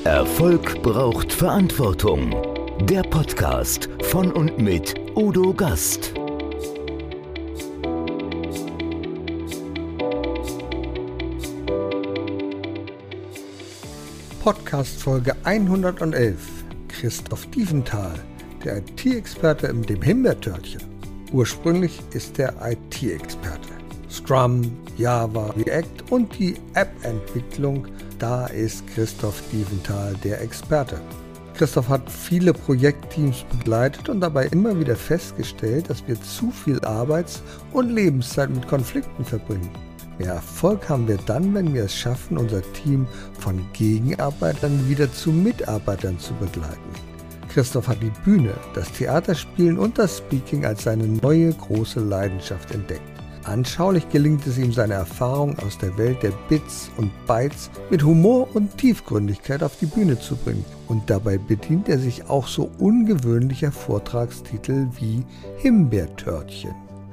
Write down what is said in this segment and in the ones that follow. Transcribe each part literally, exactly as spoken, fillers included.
Erfolg braucht Verantwortung. Der Podcast von und mit Udo Gast. Podcast Folge hundertelf. Christoph Diefenthal, der I T-Experte im dem Himbeertörtchen. Ursprünglich ist der I T-Experte. Scrum, Java, React und die App-Entwicklung, da ist Christoph Diefenthal der Experte. Christoph hat viele Projektteams begleitet und dabei immer wieder festgestellt, dass wir zu viel Arbeits- und Lebenszeit mit Konflikten verbringen. Mehr Erfolg haben wir dann, wenn wir es schaffen, unser Team von Gegenarbeitern wieder zu Mitarbeitern zu begleiten. Christoph hat die Bühne, das Theaterspielen und das Speaking als seine neue große Leidenschaft entdeckt. Anschaulich gelingt es ihm, seine Erfahrung aus der Welt der Bits und Bytes mit Humor und Tiefgründigkeit auf die Bühne zu bringen. Und dabei bedient er sich auch so ungewöhnlicher Vortragstitel wie Himbeertörtchen.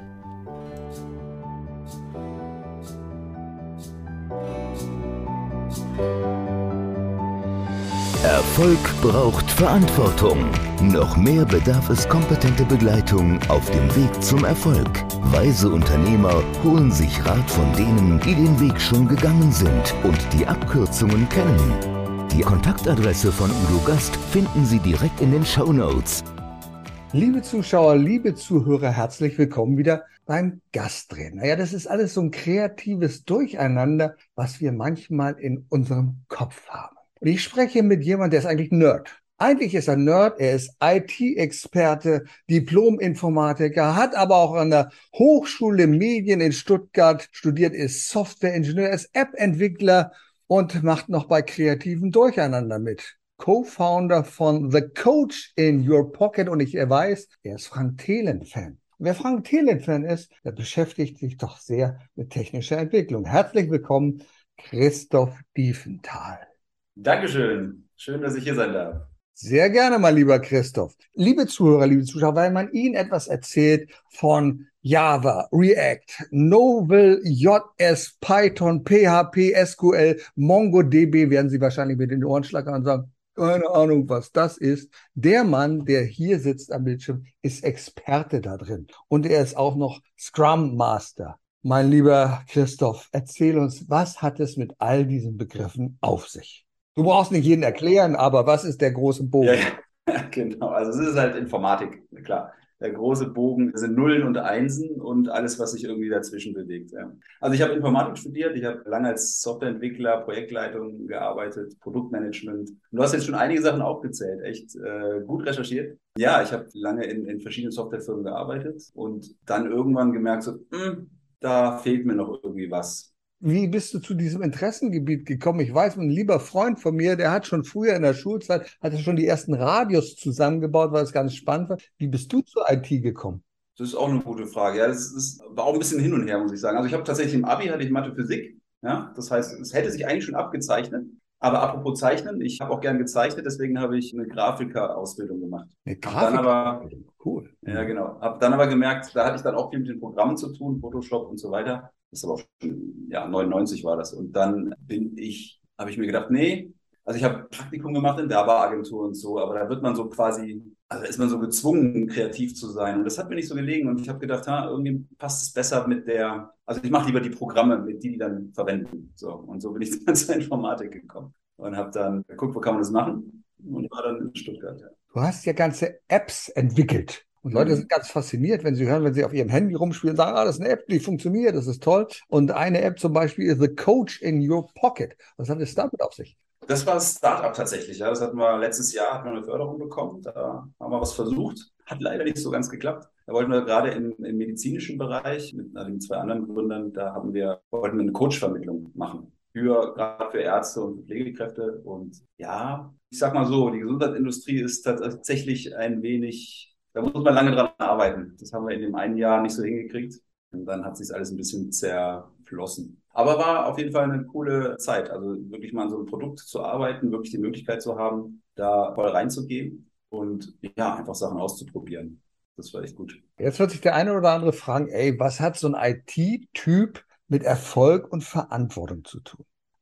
Erfolg braucht Verantwortung. Noch mehr bedarf es kompetente Begleitung auf dem Weg zum Erfolg. Weise Unternehmer holen sich Rat von denen, die den Weg schon gegangen sind und die Abkürzungen kennen. Die Kontaktadresse von Udo Gast finden Sie direkt in den Shownotes. Liebe Zuschauer, liebe Zuhörer, herzlich willkommen wieder beim Gastdrehen. Naja, das ist alles so ein kreatives Durcheinander, was wir manchmal in unserem Kopf haben. Und ich spreche mit jemandem, der ist eigentlich ein Nerd. Eigentlich ist er Nerd, er ist I T-Experte, Diplom-Informatiker, hat aber auch an der Hochschule Medien in Stuttgart studiert, ist Softwareingenieur, ist App-Entwickler und macht noch bei kreativen Durcheinander mit. Co-Founder von The Coach in Your Pocket und ich weiß, er ist Frank Thelen-Fan. Wer Frank Thelen-Fan ist, der beschäftigt sich doch sehr mit technischer Entwicklung. Herzlich willkommen, Christoph Diefenthal. Dankeschön. Schön, dass ich hier sein darf. Sehr gerne, mein lieber Christoph. Liebe Zuhörer, liebe Zuschauer, weil man Ihnen etwas erzählt von Java, React, Novel, J S, Python, P H P, S Q L, MongoDB, werden Sie wahrscheinlich mit den Ohren schlackern und sagen, keine Ahnung, was das ist. Der Mann, der hier sitzt am Bildschirm, ist Experte da drin. Und er ist auch noch Scrum Master. Mein lieber Christoph, erzähl uns, was hat es mit all diesen Begriffen auf sich? Du brauchst nicht jeden erklären, aber was ist der große Bogen? Ja, ja, genau. Also es ist halt Informatik, klar. Der große Bogen sind Nullen und Einsen und alles, was sich irgendwie dazwischen bewegt. Ja. Also ich habe Informatik studiert, ich habe lange als Softwareentwickler, Projektleitung gearbeitet, Produktmanagement. Und du hast jetzt schon einige Sachen aufgezählt, echt äh, gut recherchiert. Ja, ich habe lange in, in verschiedenen Softwarefirmen gearbeitet und dann irgendwann gemerkt, so, mh, da fehlt mir noch irgendwie was. Wie bist du zu diesem Interessengebiet gekommen? Ich weiß, ein lieber Freund von mir, der hat schon früher in der Schulzeit, hat er schon die ersten Radios zusammengebaut, weil es ganz spannend war. Wie bist du zur I T gekommen? Das ist auch eine gute Frage. Ja, das ist, war auch ein bisschen hin und her, muss ich sagen. Also ich habe tatsächlich im Abi hatte ich Mathe Physik. Ja, das heißt, es hätte sich eigentlich schon abgezeichnet. Aber apropos Zeichnen, ich habe auch gern gezeichnet, deswegen habe ich eine Grafiker-Ausbildung gemacht. Eine Grafiker? Cool. Ja, genau. Habe dann aber gemerkt, da hatte ich dann auch viel mit den Programmen zu tun, Photoshop und so weiter. Das ist aber auch schon, ja, neunundneunzig war das. Und dann bin ich, habe ich mir gedacht, nee, also ich habe Praktikum gemacht in Werbeagentur und so, aber da wird man so quasi, also da ist man so gezwungen, kreativ zu sein. Und das hat mir nicht so gelegen. Und ich habe gedacht, ha, irgendwie passt es besser mit der, also ich mache lieber die Programme, mit die die dann verwenden. So. Und so bin ich dann zur Informatik gekommen und habe dann geguckt, wo kann man das machen? Und war dann in Stuttgart. Ja. Du hast ja ganze Apps entwickelt. Und Leute mhm. sind ganz fasziniert, wenn sie hören, wenn sie auf ihrem Handy rumspielen und sagen, ah, das ist eine App, die funktioniert, das ist toll. Und eine App zum Beispiel ist The Coach in Your Pocket. Was hat es damit auf sich? Das war ein Startup tatsächlich. Ja. Das hatten wir letztes Jahr, hatten wir eine Förderung bekommen. Da haben wir was versucht. Hat leider nicht so ganz geklappt. Da wollten wir gerade im, im medizinischen Bereich mit den zwei anderen Gründern, da haben wir, wollten wir eine Coachvermittlung machen. Für, gerade für Ärzte und Pflegekräfte. Und ja, ich sag mal so, die Gesundheitsindustrie ist tatsächlich ein wenig, da muss man lange dran arbeiten. Das haben wir in dem einen Jahr nicht so hingekriegt. Und dann hat sich alles ein bisschen zerflossen. Aber war auf jeden Fall eine coole Zeit. Also wirklich mal an so einem Produkt zu arbeiten, wirklich die Möglichkeit zu haben, da voll reinzugehen und ja, einfach Sachen auszuprobieren. Das war echt gut. Jetzt wird sich der eine oder andere fragen, ey, was hat so ein I T-Typ mit Erfolg und Verantwortung zu tun?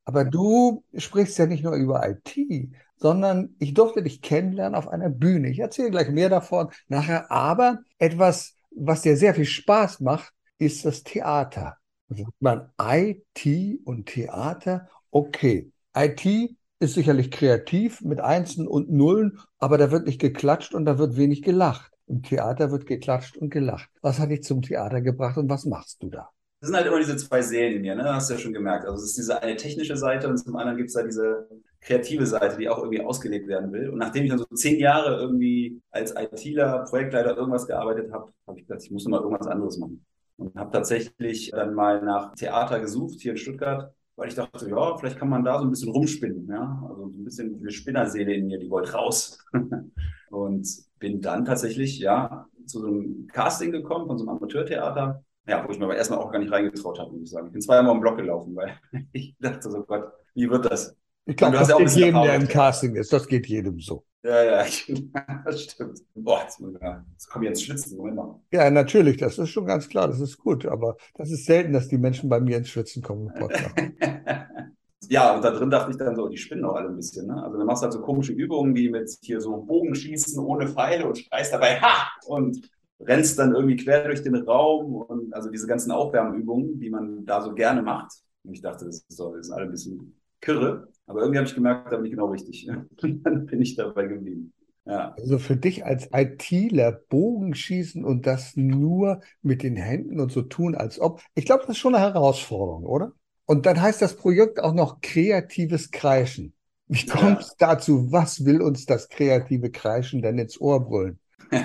Aber du sprichst ja nicht nur über I T, sondern ich durfte dich kennenlernen auf einer Bühne. Ich erzähle gleich mehr davon nachher, aber etwas, was dir sehr viel Spaß macht, ist das Theater. Da sagt man I T und Theater, okay. I T ist sicherlich kreativ mit Einsen und Nullen, aber da wird nicht geklatscht und da wird wenig gelacht. Im Theater wird geklatscht und gelacht. Was hat dich zum Theater gebracht und was machst du da? Das sind halt immer diese zwei Seelen in mir, ne? Hast du ja schon gemerkt. Also es ist diese eine technische Seite und zum anderen gibt es da diese kreative Seite, die auch irgendwie ausgelebt werden will. Und nachdem ich dann so zehn Jahre irgendwie als ITler, Projektleiter irgendwas gearbeitet habe, habe ich gedacht, ich muss noch mal irgendwas anderes machen. Und habe tatsächlich dann mal nach Theater gesucht hier in Stuttgart, weil ich dachte, ja, vielleicht kann man da so ein bisschen rumspinnen. Ja? Also so ein bisschen diese Spinnerseele in mir, die wollte raus. Und bin dann tatsächlich ja zu so einem Casting gekommen von so einem Amateurtheater. Ja, wo ich mir aber erstmal auch gar nicht reingetraut habe, muss ich sagen. Ich bin zweimal im Block gelaufen, weil ich dachte so, Gott, wie wird das? Ich Und glaube, du hast das ja auch ein geht bisschen jedem, der Erfahrung im mit Theater. Casting ist. Das geht jedem so. Ja, ja, das stimmt. Boah, jetzt, muss ich mal- jetzt komme ich ins Schwitzen. Moment mal. Ja, natürlich, das ist schon ganz klar, das ist gut. Aber das ist selten, dass die Menschen bei mir ins Schwitzen kommen im Podcast. Ja, und da drin dachte ich dann so, die spinnen auch alle ein bisschen. Ne? Also dann machst du halt so komische Übungen, wie mit hier so Bogenschießen ohne Pfeile und schreist dabei, ha! Und rennst dann irgendwie quer durch den Raum und also diese ganzen Aufwärmübungen, die man da so gerne macht. Und ich dachte, das, ist so, das sind alle ein bisschen kirre. Aber irgendwie habe ich gemerkt, da bin ich genau richtig. Und dann bin ich dabei geblieben. Ja. Also für dich als ITler Bogenschießen und das nur mit den Händen und so tun, als ob. Ich glaube, das ist schon eine Herausforderung, oder? Und dann heißt das Projekt auch noch kreatives Kreischen. Wie kommt Ja. es dazu? Was will uns das kreative Kreischen denn ins Ohr brüllen?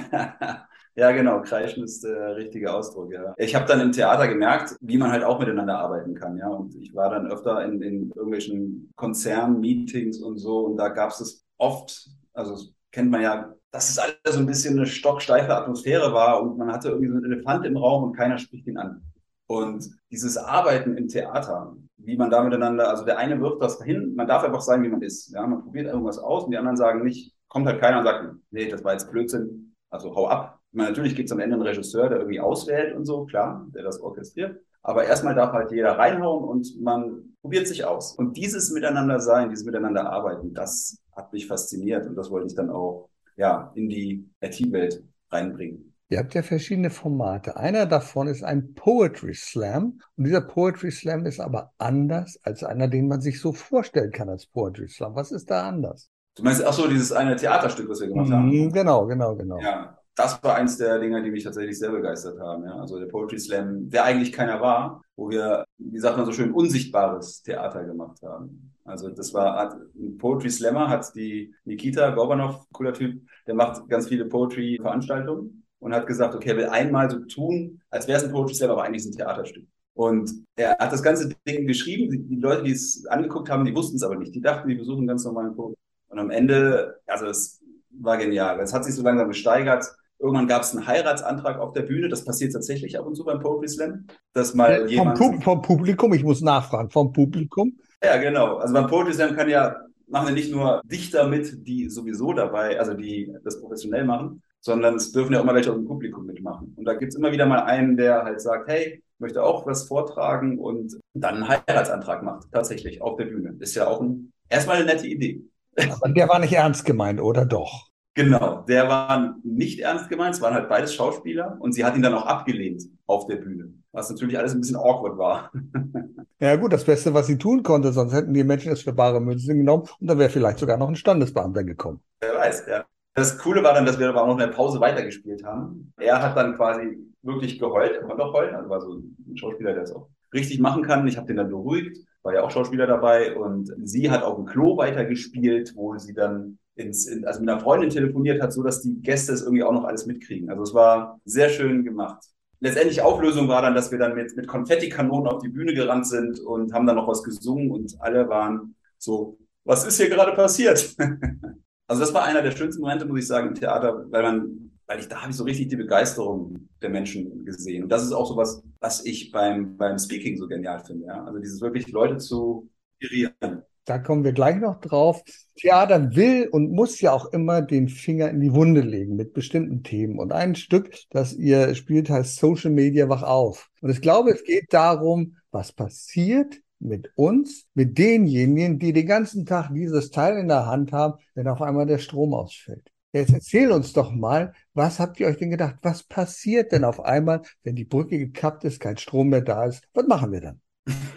Ja, genau. Kreischen ist der richtige Ausdruck, ja. Ich habe dann im Theater gemerkt, wie man halt auch miteinander arbeiten kann, ja. Und ich war dann öfter in, in irgendwelchen Konzernmeetings und so und da gab es es oft, also das kennt man ja, dass es alles so ein bisschen eine stocksteife Atmosphäre war und man hatte irgendwie so einen Elefant im Raum und keiner spricht ihn an. Und dieses Arbeiten im Theater, wie man da miteinander, also der eine wirft das hin, man darf einfach sein, wie man ist. Ja, man probiert irgendwas aus und die anderen sagen nicht, kommt halt keiner und sagt, nee, das war jetzt Blödsinn, also hau ab. Ich meine, natürlich gibt es am Ende einen Regisseur, der irgendwie auswählt und so, klar, der das orchestriert. Aber erstmal darf halt jeder reinhauen und man probiert sich aus. Und dieses Miteinander sein, dieses Miteinander arbeiten, das hat mich fasziniert und das wollte ich dann auch ja, in die I T-Welt reinbringen. Ihr habt ja verschiedene Formate. Einer davon ist ein Poetry Slam. Und dieser Poetry Slam ist aber anders als einer, den man sich so vorstellen kann als Poetry Slam. Was ist da anders? Du meinst, ach so, dieses eine Theaterstück, was wir gemacht haben? Mhm, genau, genau, genau. Ja, das war eins der Dinge, die mich tatsächlich sehr begeistert haben. Ja. Also der Poetry Slam, der eigentlich keiner war, wo wir, wie sagt man so schön, unsichtbares Theater gemacht haben. Also das war ein Poetry Slammer, hat die Nikita Gorbanov, cooler Typ, der macht ganz viele Poetry-Veranstaltungen und hat gesagt, okay, er will einmal so tun, als wäre es ein Poetry Slam, aber eigentlich ist es ein Theaterstück. Und er hat das ganze Ding geschrieben. Die, die Leute, die es angeguckt haben, die wussten es aber nicht. Die dachten, die besuchen einen ganz normalen Poetry. Und am Ende, also es war genial. Es hat sich so langsam gesteigert. Irgendwann gab es einen Heiratsantrag auf der Bühne. Das passiert tatsächlich ab und zu beim Poetry Slam, dass mal Vom, jemand... Pub vom Publikum, ich muss nachfragen, vom Publikum? Ja, genau. Also beim Poetry Slam kann ja, machen ja nicht nur Dichter mit, die sowieso dabei, also die das professionell machen, sondern es dürfen ja auch mal welche aus dem Publikum mitmachen. Und da gibt es immer wieder mal einen, der halt sagt, hey, ich möchte auch was vortragen und dann einen Heiratsantrag macht, tatsächlich, auf der Bühne. Ist ja auch ein, erstmal eine nette Idee. Aber der war nicht ernst gemeint, oder doch? Genau, der war nicht ernst gemeint, es waren halt beides Schauspieler und sie hat ihn dann auch abgelehnt auf der Bühne, was natürlich alles ein bisschen awkward war. Ja gut, das Beste, was sie tun konnte, sonst hätten die Menschen es für bare Münzen genommen und dann wäre vielleicht sogar noch ein Standesbeamter gekommen. Wer weiß, ja. Das Coole war dann, dass wir aber auch noch in der Pause weitergespielt haben. Er hat dann quasi wirklich geheult, er konnte auch heulen, also war so ein Schauspieler, der es auch richtig machen kann. Ich habe den dann beruhigt, war ja auch Schauspieler dabei und sie hat auf dem Klo weitergespielt, wo sie dann ins, in, also mit einer Freundin telefoniert hat, so dass die Gäste es irgendwie auch noch alles mitkriegen. Also es war sehr schön gemacht. Letztendlich Auflösung war dann, dass wir dann mit, mit Konfettikanonen auf die Bühne gerannt sind und haben dann noch was gesungen und alle waren so, was ist hier gerade passiert? Also das war einer der schönsten Momente, muss ich sagen, im Theater, weil man, weil ich, da habe ich so richtig die Begeisterung der Menschen gesehen. Und das ist auch so was, was ich beim, beim Speaking so genial finde, ja. Also dieses wirklich Leute zu inspirieren. Da kommen wir gleich noch drauf. Theater will und muss ja auch immer den Finger in die Wunde legen mit bestimmten Themen. Und ein Stück, das ihr spielt, heißt Social Media wach auf. Und ich glaube, es geht darum, was passiert, mit uns, mit denjenigen, die den ganzen Tag dieses Teil in der Hand haben, wenn auf einmal der Strom ausfällt. Jetzt erzähl uns doch mal, was habt ihr euch denn gedacht? Was passiert denn auf einmal, wenn die Brücke gekappt ist, kein Strom mehr da ist? Was machen wir dann?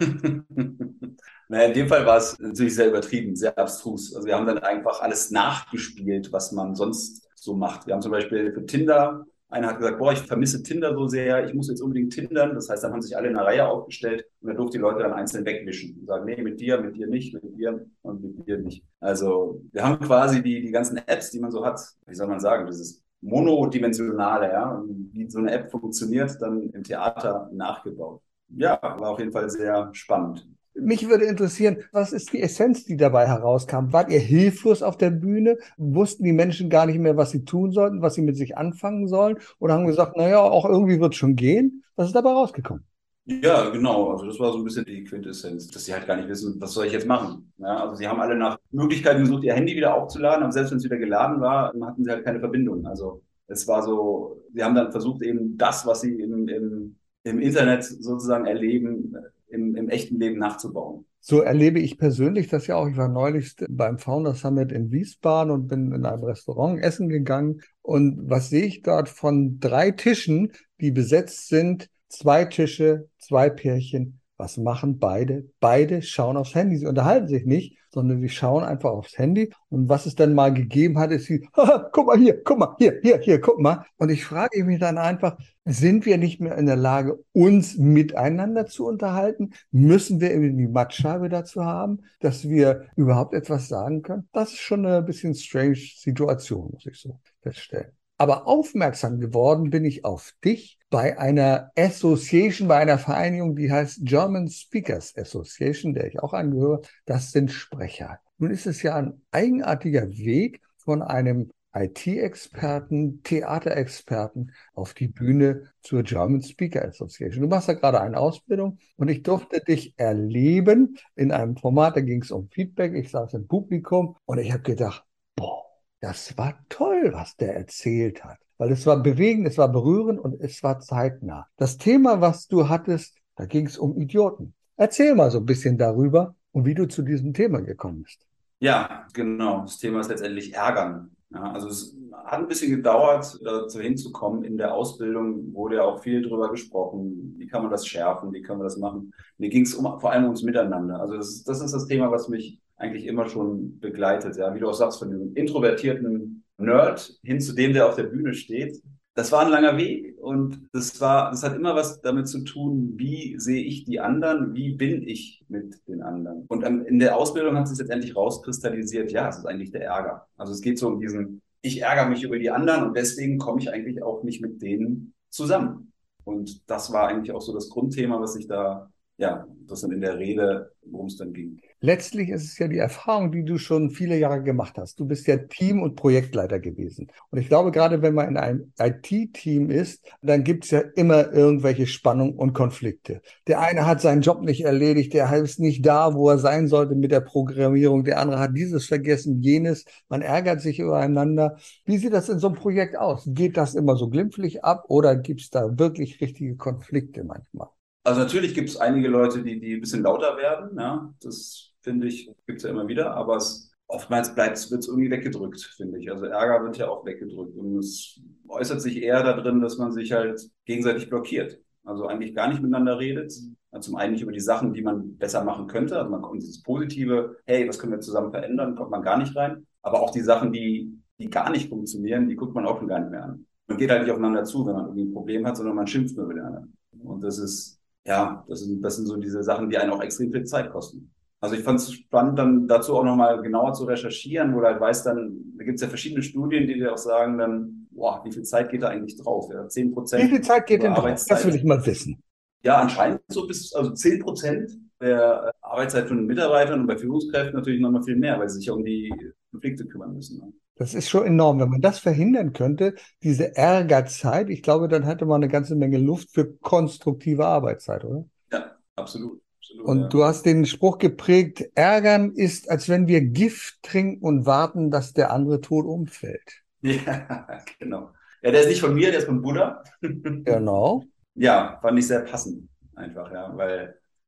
Naja, in dem Fall war es natürlich sehr übertrieben, sehr abstrus. Also wir haben dann einfach alles nachgespielt, was man sonst so macht. Wir haben zum Beispiel für Tinder, einer hat gesagt, boah, ich vermisse Tinder so sehr, ich muss jetzt unbedingt tindern. Das heißt, dann haben sich alle in einer Reihe aufgestellt und dann durften die Leute dann einzeln wegwischen und sagen, nee, mit dir, mit dir nicht, mit dir und mit dir nicht. Also wir haben quasi die, die ganzen Apps, die man so hat, wie soll man sagen, dieses monodimensionale, ja, wie so eine App funktioniert, dann im Theater nachgebaut. Ja, war auf jeden Fall sehr spannend. Mich würde interessieren, was ist die Essenz, die dabei herauskam? Wart ihr hilflos auf der Bühne? Wussten die Menschen gar nicht mehr, was sie tun sollten, was sie mit sich anfangen sollen? Oder haben gesagt, naja, auch irgendwie wird es schon gehen? Was ist dabei rausgekommen? Ja, genau. Also das war so ein bisschen die Quintessenz, dass sie halt gar nicht wissen, was soll ich jetzt machen. Ja, also sie haben alle nach Möglichkeiten gesucht, ihr Handy wieder aufzuladen, aber selbst wenn es wieder geladen war, hatten sie halt keine Verbindung. Also es war so, sie haben dann versucht, eben das, was sie im, im, im Internet sozusagen erleben, im, im echten Leben nachzubauen. So erlebe ich persönlich das ja auch. Ich war neulich beim Founder Summit in Wiesbaden und bin in einem Restaurant essen gegangen. Und was sehe ich dort von drei Tischen, die besetzt sind? Zwei Tische, zwei Pärchen. Was machen beide? Beide schauen aufs Handy. Sie unterhalten sich nicht, sondern sie schauen einfach aufs Handy. Und was es dann mal gegeben hat, ist sie, haha, guck mal hier, guck mal hier, hier, hier, guck mal. Und ich frage mich dann einfach, sind wir nicht mehr in der Lage, uns miteinander zu unterhalten? Müssen wir eben die Mattscheibe dazu haben, dass wir überhaupt etwas sagen können? Das ist schon eine bisschen strange Situation, muss ich so feststellen. Aber aufmerksam geworden bin ich auf dich bei einer Association, bei einer Vereinigung, die heißt German Speakers Association, der ich auch angehöre. Das sind Sprecher. Nun ist es ja ein eigenartiger Weg von einem I T-Experten, Theaterexperten auf die Bühne zur German Speaker Association. Du machst da gerade eine Ausbildung und ich durfte dich erleben in einem Format, da ging es um Feedback. Ich saß im Publikum und ich habe gedacht, boah, das war toll, was der erzählt hat. Weil es war bewegend, es war berührend und es war zeitnah. Das Thema, was du hattest, da ging es um Idioten. Erzähl mal so ein bisschen darüber und wie du zu diesem Thema gekommen bist. Ja, genau. Das Thema ist letztendlich Ärgern. Ja, also es hat ein bisschen gedauert, dazu hinzukommen. In der Ausbildung wurde ja auch viel drüber gesprochen. Wie kann man das schärfen? Wie kann man das machen? Mir ging es um, vor allem ums Miteinander. Also das, das ist das Thema, was mich eigentlich immer schon begleitet. Ja, wie du auch sagst, von dem introvertierten Nerd hin zu dem, der auf der Bühne steht. Das war ein langer Weg und das war, das hat immer was damit zu tun, wie sehe ich die anderen, wie bin ich mit den anderen. Und in der Ausbildung hat sich letztendlich rauskristallisiert, ja, es ist eigentlich der Ärger. Also es geht so um diesen, ich ärgere mich über die anderen und deswegen komme ich eigentlich auch nicht mit denen zusammen. Und das war eigentlich auch so das Grundthema, was ich da, ja, das dann in der Rede, worum es dann ging. Letztlich ist es ja die Erfahrung, die du schon viele Jahre gemacht hast. Du bist ja Team- und Projektleiter gewesen. Und ich glaube, gerade wenn man in einem I T-Team ist, dann gibt es ja immer irgendwelche Spannungen und Konflikte. Der eine hat seinen Job nicht erledigt, der ist nicht da, wo er sein sollte mit der Programmierung. Der andere hat dieses vergessen, jenes. Man ärgert sich übereinander. Wie sieht das in so einem Projekt aus? Geht das immer so glimpflich ab oder gibt es da wirklich richtige Konflikte manchmal? Also natürlich gibt es einige Leute, die, die ein bisschen lauter werden. Ja, das finde ich, gibt es ja immer wieder, aber es, oftmals bleibt es, wird es irgendwie weggedrückt, finde ich. Also Ärger wird ja auch weggedrückt und es äußert sich eher darin, dass man sich halt gegenseitig blockiert. Also eigentlich gar nicht miteinander redet. Also zum einen nicht über die Sachen, die man besser machen könnte. Also man kommt dieses Positive, hey, was können wir zusammen verändern, kommt man gar nicht rein. Aber auch die Sachen, die, die gar nicht funktionieren, die guckt man auch schon gar nicht mehr an. Man geht halt nicht aufeinander zu, wenn man irgendwie ein Problem hat, sondern man schimpft nur über den anderen. Und das ist, ja, das sind, das sind so diese Sachen, die einen auch extrem viel Zeit kosten. Also ich fand es spannend, dann dazu auch nochmal genauer zu recherchieren, wo du halt weißt, dann, da gibt es ja verschiedene Studien, die dir auch sagen, dann, boah, wie viel Zeit geht da eigentlich drauf? Ja, zehn Prozent. Wie viel Zeit geht denn drauf? Das will ich mal wissen. Ja, anscheinend so bis, also zehn Prozent der Arbeitszeit von den Mitarbeitern und bei Führungskräften natürlich nochmal viel mehr, weil sie sich ja um die Konflikte kümmern müssen. Ne? Das ist schon enorm. Wenn man das verhindern könnte, diese Ärgerzeit, ich glaube, dann hätte man eine ganze Menge Luft für konstruktive Arbeitszeit, oder? Ja, absolut. absolut und ja. Du hast den Spruch geprägt, Ärgern ist, als wenn wir Gift trinken und warten, dass der andere tot umfällt. Ja, genau. Ja, der ist nicht von mir, der ist von Buddha. Genau. Ja, fand ich sehr passend einfach, ja, weil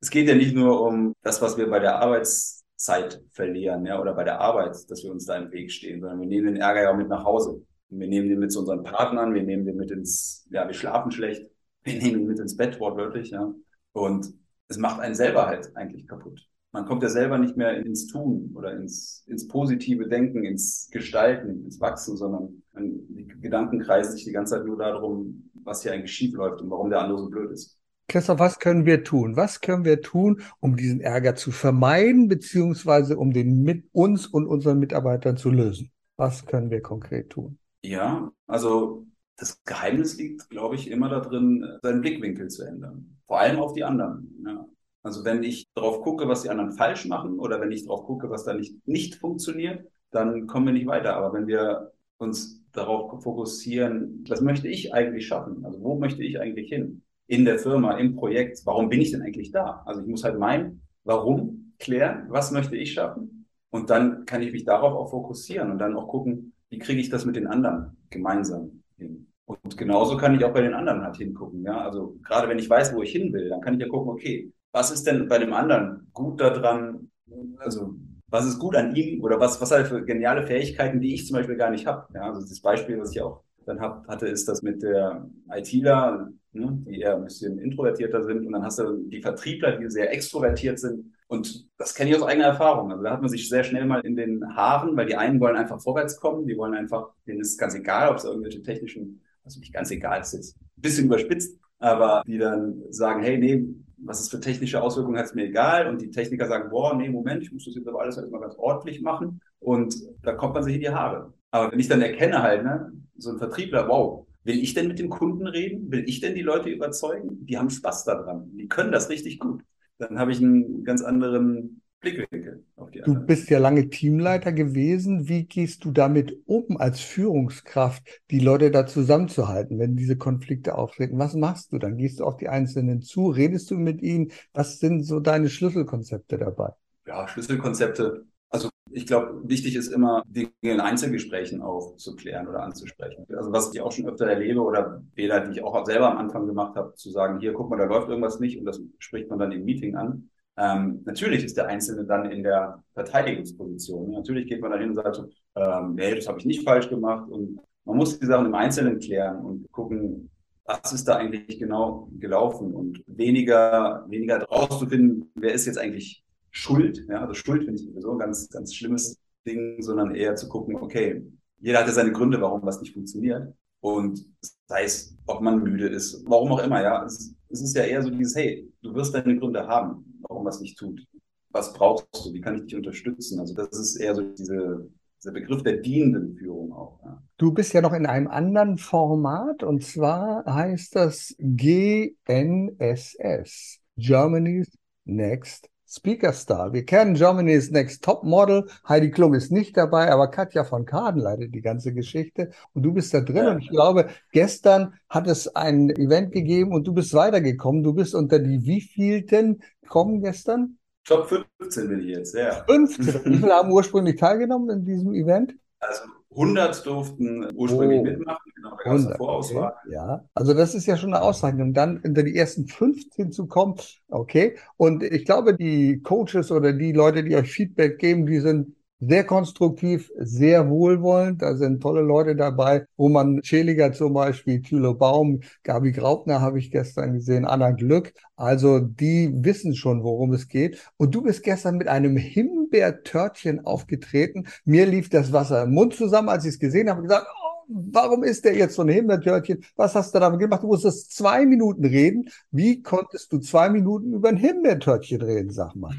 es geht ja nicht nur um das, was wir bei der Arbeitszeit verlieren, ja, oder bei der Arbeit, dass wir uns da im Weg stehen, sondern wir nehmen den Ärger ja auch mit nach Hause. Und wir nehmen den mit zu unseren Partnern, wir nehmen den mit ins, ja, wir schlafen schlecht, wir nehmen ihn mit ins Bett, wortwörtlich, ja. Und es macht einen selber halt eigentlich kaputt. Man kommt ja selber nicht mehr ins Tun oder ins, ins positive Denken, ins Gestalten, ins Wachsen, sondern die Gedanken kreisen sich die ganze Zeit nur darum, was hier eigentlich schief läuft und warum der andere so blöd ist. Christoph, was können wir tun? Was können wir tun, um diesen Ärger zu vermeiden, beziehungsweise um den mit uns und unseren Mitarbeitern zu lösen? Was können wir konkret tun? Ja, also das Geheimnis liegt, glaube ich, immer darin, seinen Blickwinkel zu ändern. Vor allem auf die anderen. Ja. Also wenn ich darauf gucke, was die anderen falsch machen oder wenn ich darauf gucke, was da nicht, nicht funktioniert, dann kommen wir nicht weiter. Aber wenn wir uns darauf fokussieren, was möchte ich eigentlich schaffen? Also wo möchte ich eigentlich hin? In der Firma, im Projekt. Warum bin ich denn eigentlich da? Also ich muss halt mein Warum klären. Was möchte ich schaffen? Und dann kann ich mich darauf auch fokussieren und dann auch gucken, wie kriege ich das mit den anderen gemeinsam hin? Und genauso kann ich auch bei den anderen halt hingucken. Ja, also gerade wenn ich weiß, wo ich hin will, dann kann ich ja gucken, okay, was ist denn bei dem anderen gut daran? Also was ist gut an ihm oder was was hat er für geniale Fähigkeiten, die ich zum Beispiel gar nicht habe? Ja, also das Beispiel, was ich auch dann hab, hatte, ist das mit der ITler, ne, die eher ein bisschen introvertierter sind, und dann hast du die Vertriebler, die sehr extrovertiert sind. Und das kenne ich aus eigener Erfahrung. Also da hat man sich sehr schnell mal in den Haaren, weil die einen wollen einfach vorwärts kommen, die wollen einfach, denen ist ganz egal, ob es irgendwelche technischen, also nicht ganz egal, es ist jetzt ein bisschen überspitzt, aber die dann sagen, hey, nee, was es für technische Auswirkungen hat, ist mir egal. Und die Techniker sagen, boah, nee, Moment, ich muss das jetzt aber alles erstmal ganz ordentlich machen. Und da kommt man sich in die Haare. Aber wenn ich dann erkenne halt, ne, so ein Vertriebler, wow, will ich denn mit dem Kunden reden? Will ich denn die Leute überzeugen? Die haben Spaß daran. Die können das richtig gut. Dann habe ich einen ganz anderen Blickwinkel auf die Du anderen. bist ja lange Teamleiter gewesen. Wie gehst du damit um als Führungskraft, die Leute da zusammenzuhalten, wenn diese Konflikte auftreten? Was machst du dann? Gehst du auf die Einzelnen zu? Redest du mit ihnen? Was sind so deine Schlüsselkonzepte dabei? Ja, Schlüsselkonzepte. Also ich glaube, wichtig ist immer, Dinge in Einzelgesprächen auch zu klären oder anzusprechen. Also was ich auch schon öfter erlebe oder Fehler, die ich auch selber am Anfang gemacht habe, zu sagen, hier, guck mal, da läuft irgendwas nicht, und das spricht man dann im Meeting an. Ähm, natürlich ist der Einzelne dann in der Verteidigungsposition. Natürlich geht man dann hin und sagt so, ähm, nee, das habe ich nicht falsch gemacht. Und man muss die Sachen im Einzelnen klären und gucken, was ist da eigentlich genau gelaufen, und weniger, weniger draus zu finden, wer ist jetzt eigentlich schuld. Ja, also Schuld finde ich sowieso ein ganz, ganz schlimmes Ding, sondern eher zu gucken, okay, jeder hat ja seine Gründe, warum was nicht funktioniert. Und sei es, ob man müde ist, warum auch immer, ja. Es, es ist ja eher so dieses, hey, du wirst deine Gründe haben, warum was nicht tut. Was brauchst du? Wie kann ich dich unterstützen? Also das ist eher so diese, dieser Begriff der dienenden Führung auch. Ja. Du bist ja noch in einem anderen Format, und zwar heißt das G N S S, Germany's Next Speaker Star. Wir kennen Germany's Next Top Model. Heidi Klum ist nicht dabei, aber Katja von Kaden leitet die ganze Geschichte. Und du bist da drin. Ja. Und ich glaube, gestern hat es ein Event gegeben und du bist weitergekommen. Du bist unter die wievielten gekommen gestern? Top fünfzehn bin ich jetzt, ja. fünfzehn. Wie viele haben ursprünglich teilgenommen in diesem Event? Also hundert durften ursprünglich Oh. mitmachen, genau, da gab es eine hundert, Vorauswahl. okay. Ja, also das ist ja schon eine Auszeichnung, dann unter die ersten fünfzehn zu kommen, okay. Und ich glaube, die Coaches oder die Leute, die euch Feedback geben, die sind sehr konstruktiv, sehr wohlwollend. Da sind tolle Leute dabei, Roman Scheliger zum Beispiel, Thilo Baum, Gabi Graupner habe ich gestern gesehen, Anna Glück. Also die wissen schon, worum es geht. Und du bist gestern mit einem Himbeertörtchen aufgetreten. Mir lief das Wasser im Mund zusammen, als ich es gesehen habe, und gesagt, oh, warum ist der jetzt so ein Himbeertörtchen? Was hast du damit gemacht? Du musstest zwei Minuten reden. Wie konntest du zwei Minuten über ein Himbeertörtchen reden, sag mal?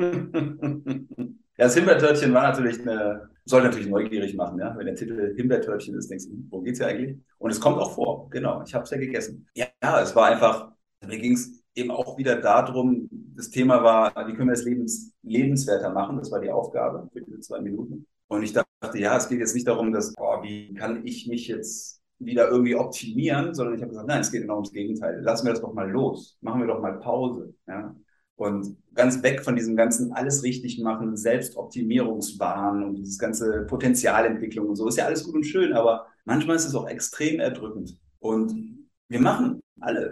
Ja, das Himbeertörtchen war natürlich eine, soll natürlich neugierig machen, ja. Wenn der Titel Himbeertörtchen ist, denkst du, worum geht's ja eigentlich? Und es kommt auch vor, genau. Ich habe es ja gegessen. Ja, ja, es war einfach, mir ging es eben auch wieder darum, das Thema war, wie können wir das Lebens, lebenswerter machen? Das war die Aufgabe für diese zwei Minuten. Und ich dachte, ja, es geht jetzt nicht darum, dass, boah, wie kann ich mich jetzt wieder irgendwie optimieren, sondern ich habe gesagt, nein, es geht genau ums Gegenteil. Lassen wir das doch mal los. Machen wir doch mal Pause, ja. Und ganz weg von diesem ganzen alles richtig machen, Selbstoptimierungswahn und dieses ganze Potenzialentwicklung und so. Ist ja alles gut und schön, aber manchmal ist es auch extrem erdrückend. Und wir machen alle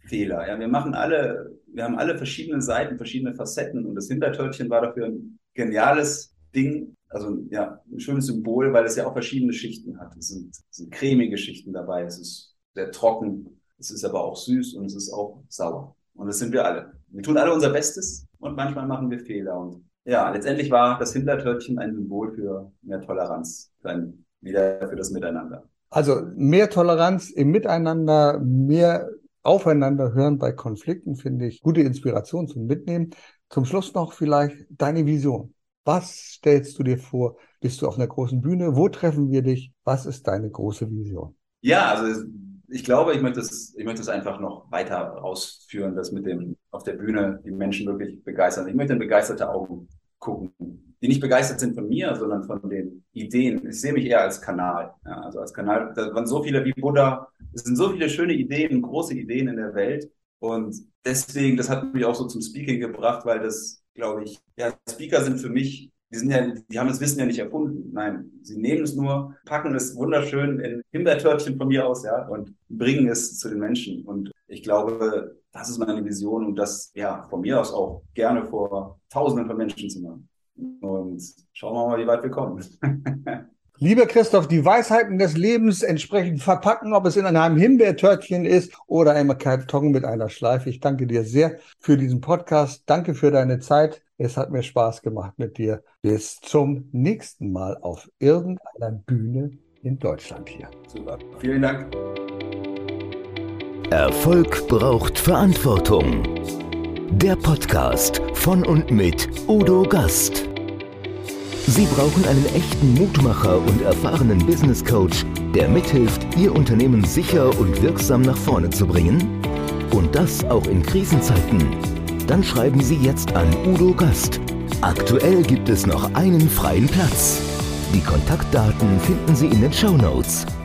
Fehler. Ja, wir machen alle, wir haben alle verschiedene Seiten, verschiedene Facetten und das Hintertörtchen war dafür ein geniales Ding. Also ja, ein schönes Symbol, weil es ja auch verschiedene Schichten hat. Es sind, es sind cremige Schichten dabei, es ist sehr trocken, es ist aber auch süß und es ist auch sauer. Und das sind wir alle. Wir tun alle unser Bestes und manchmal machen wir Fehler. Und ja, letztendlich war das Hintertörtchen ein Symbol für mehr Toleranz, für ein, wieder für das Miteinander. Also mehr Toleranz im Miteinander, mehr Aufeinander hören bei Konflikten, finde ich gute Inspiration zum Mitnehmen. Zum Schluss noch vielleicht deine Vision. Was stellst du dir vor? Bist du auf einer großen Bühne? Wo treffen wir dich? Was ist deine große Vision? Ja, also ich glaube, ich möchte es, ich möchte es einfach noch weiter ausführen, dass mit dem auf der Bühne die Menschen wirklich begeistern. Ich möchte in begeisterte Augen gucken, die nicht begeistert sind von mir, sondern von den Ideen. Ich sehe mich eher als Kanal. Ja, also als Kanal, da waren so viele wie Buddha. Es sind so viele schöne Ideen, große Ideen in der Welt. Und deswegen, das hat mich auch so zum Speaking gebracht, weil das, glaube ich, ja, Speaker sind für mich, die sind ja, die haben das Wissen ja nicht erfunden. Nein, sie nehmen es nur, packen es wunderschön in Himbeertörtchen von mir aus, ja, und bringen es zu den Menschen. Und ich glaube, das ist meine Vision und das, ja, von mir aus auch gerne vor Tausenden von Menschen zu machen. Und schauen wir mal, wie weit wir kommen. Lieber Christoph, die Weisheiten des Lebens entsprechend verpacken, ob es in einem Himbeertörtchen ist oder einem Karton mit einer Schleife. Ich danke dir sehr für diesen Podcast. Danke für deine Zeit. Es hat mir Spaß gemacht mit dir. Bis zum nächsten Mal auf irgendeiner Bühne in Deutschland hier. Super. Vielen Dank. Erfolg braucht Verantwortung. Der Podcast von und mit Udo Gast. Sie brauchen einen echten Mutmacher und erfahrenen Business Coach, der mithilft, Ihr Unternehmen sicher und wirksam nach vorne zu bringen? Und das auch in Krisenzeiten? Dann schreiben Sie jetzt an Udo Gast. Aktuell gibt es noch einen freien Platz. Die Kontaktdaten finden Sie in den Shownotes.